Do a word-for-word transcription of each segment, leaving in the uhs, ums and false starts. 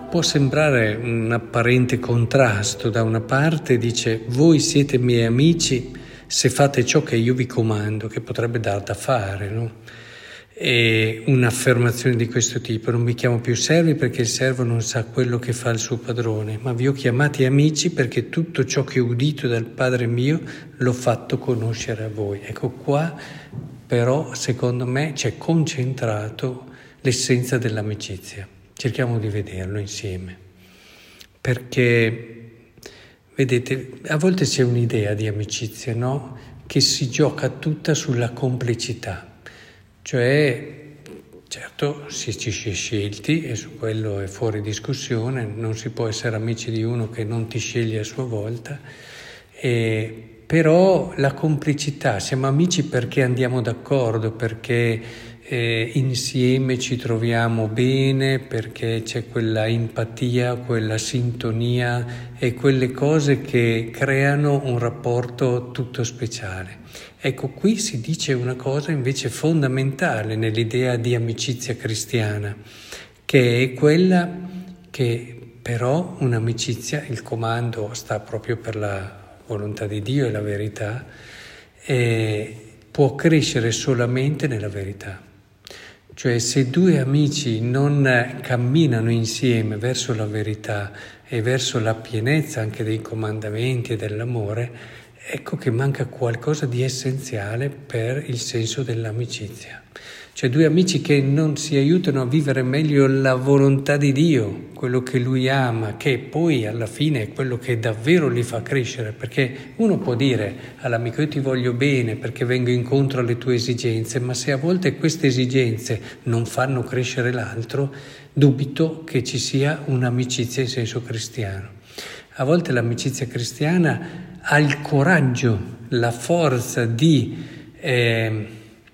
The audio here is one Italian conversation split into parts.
può sembrare un apparente contrasto. Da una parte dice: voi siete miei amici se fate ciò che io vi comando, che potrebbe dar da fare, no? E un'affermazione di questo tipo: non vi chiamo più servi perché il servo non sa quello che fa il suo padrone, ma vi ho chiamati amici perché tutto ciò che ho udito dal Padre mio l'ho fatto conoscere a voi. Ecco qua però secondo me c'è concentrato l'essenza dell'amicizia. Cerchiamo di vederlo insieme, perché vedete, a volte c'è un'idea di amicizia, no? Che si gioca tutta sulla complicità. Cioè, certo, si ci si è scelti e su quello è fuori discussione, non si può essere amici di uno che non ti sceglie a sua volta, e, però la complicità, siamo amici perché andiamo d'accordo, perché eh, insieme ci troviamo bene, perché c'è quella empatia, quella sintonia e quelle cose che creano un rapporto tutto speciale. Ecco, qui si dice una cosa invece fondamentale nell'idea di amicizia cristiana, che è quella che però un'amicizia, il comando sta proprio per la volontà di Dio e la verità, eh, può crescere solamente nella verità. Cioè, se due amici non camminano insieme verso la verità e verso la pienezza anche dei comandamenti e dell'amore, ecco che manca qualcosa di essenziale per il senso dell'amicizia. Cioè due amici che non si aiutano a vivere meglio la volontà di Dio, quello che Lui ama, che poi alla fine è quello che davvero li fa crescere. Perché uno può dire all'amico: io ti voglio bene perché vengo incontro alle tue esigenze, ma se a volte queste esigenze non fanno crescere l'altro, dubito che ci sia un'amicizia in senso cristiano. A volte l'amicizia cristiana ha il coraggio, la forza di eh,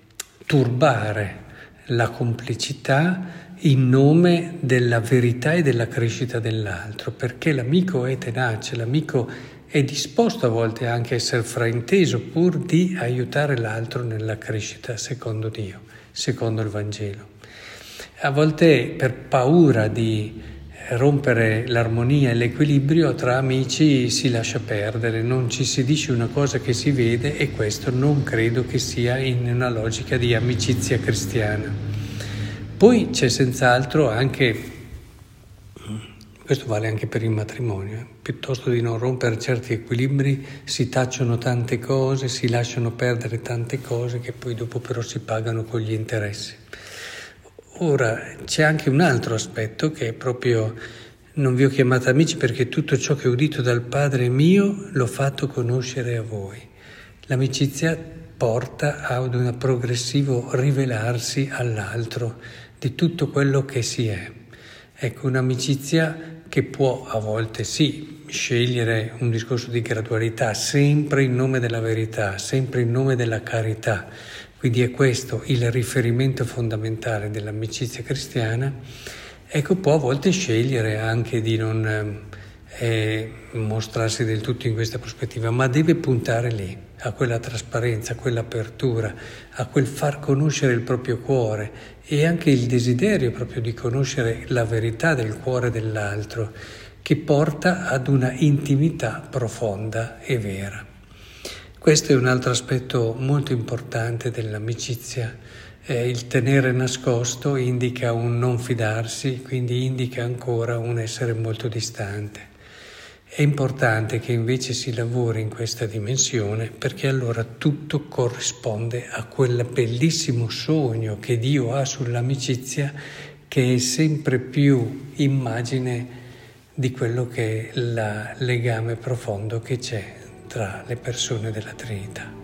turbare la complicità in nome della verità e della crescita dell'altro, perché l'amico è tenace, l'amico è disposto a volte anche a essere frainteso pur di aiutare l'altro nella crescita secondo Dio, secondo il Vangelo. A volte per paura di rompere l'armonia e l'equilibrio tra amici si lascia perdere, non ci si dice una cosa che si vede, e questo non credo che sia in una logica di amicizia cristiana. Poi c'è senz'altro anche, questo vale anche per il matrimonio, eh? Piuttosto di non rompere certi equilibri si tacciono tante cose, si lasciano perdere tante cose che poi dopo però si pagano con gli interessi. Ora, c'è anche un altro aspetto che è proprio: non vi ho chiamato amici perché tutto ciò che ho udito dal Padre mio l'ho fatto conoscere a voi. L'amicizia porta ad un progressivo rivelarsi all'altro di tutto quello che si è. Ecco, un'amicizia che può a volte sì scegliere un discorso di gradualità, sempre in nome della verità, sempre in nome della carità. Quindi è questo il riferimento fondamentale dell'amicizia cristiana. Ecco, può a volte scegliere anche di non eh, mostrarsi del tutto in questa prospettiva, ma deve puntare lì, a quella trasparenza, a quell'apertura, a quel far conoscere il proprio cuore e anche il desiderio proprio di conoscere la verità del cuore dell'altro, che porta ad una intimità profonda e vera. Questo è un altro aspetto molto importante dell'amicizia. Eh, il tenere nascosto indica un non fidarsi, quindi indica ancora un essere molto distante. È importante che invece si lavori in questa dimensione, perché allora tutto corrisponde a quel bellissimo sogno che Dio ha sull'amicizia, che è sempre più immagine di quello che è il legame profondo che c'è tra le persone della Trinità.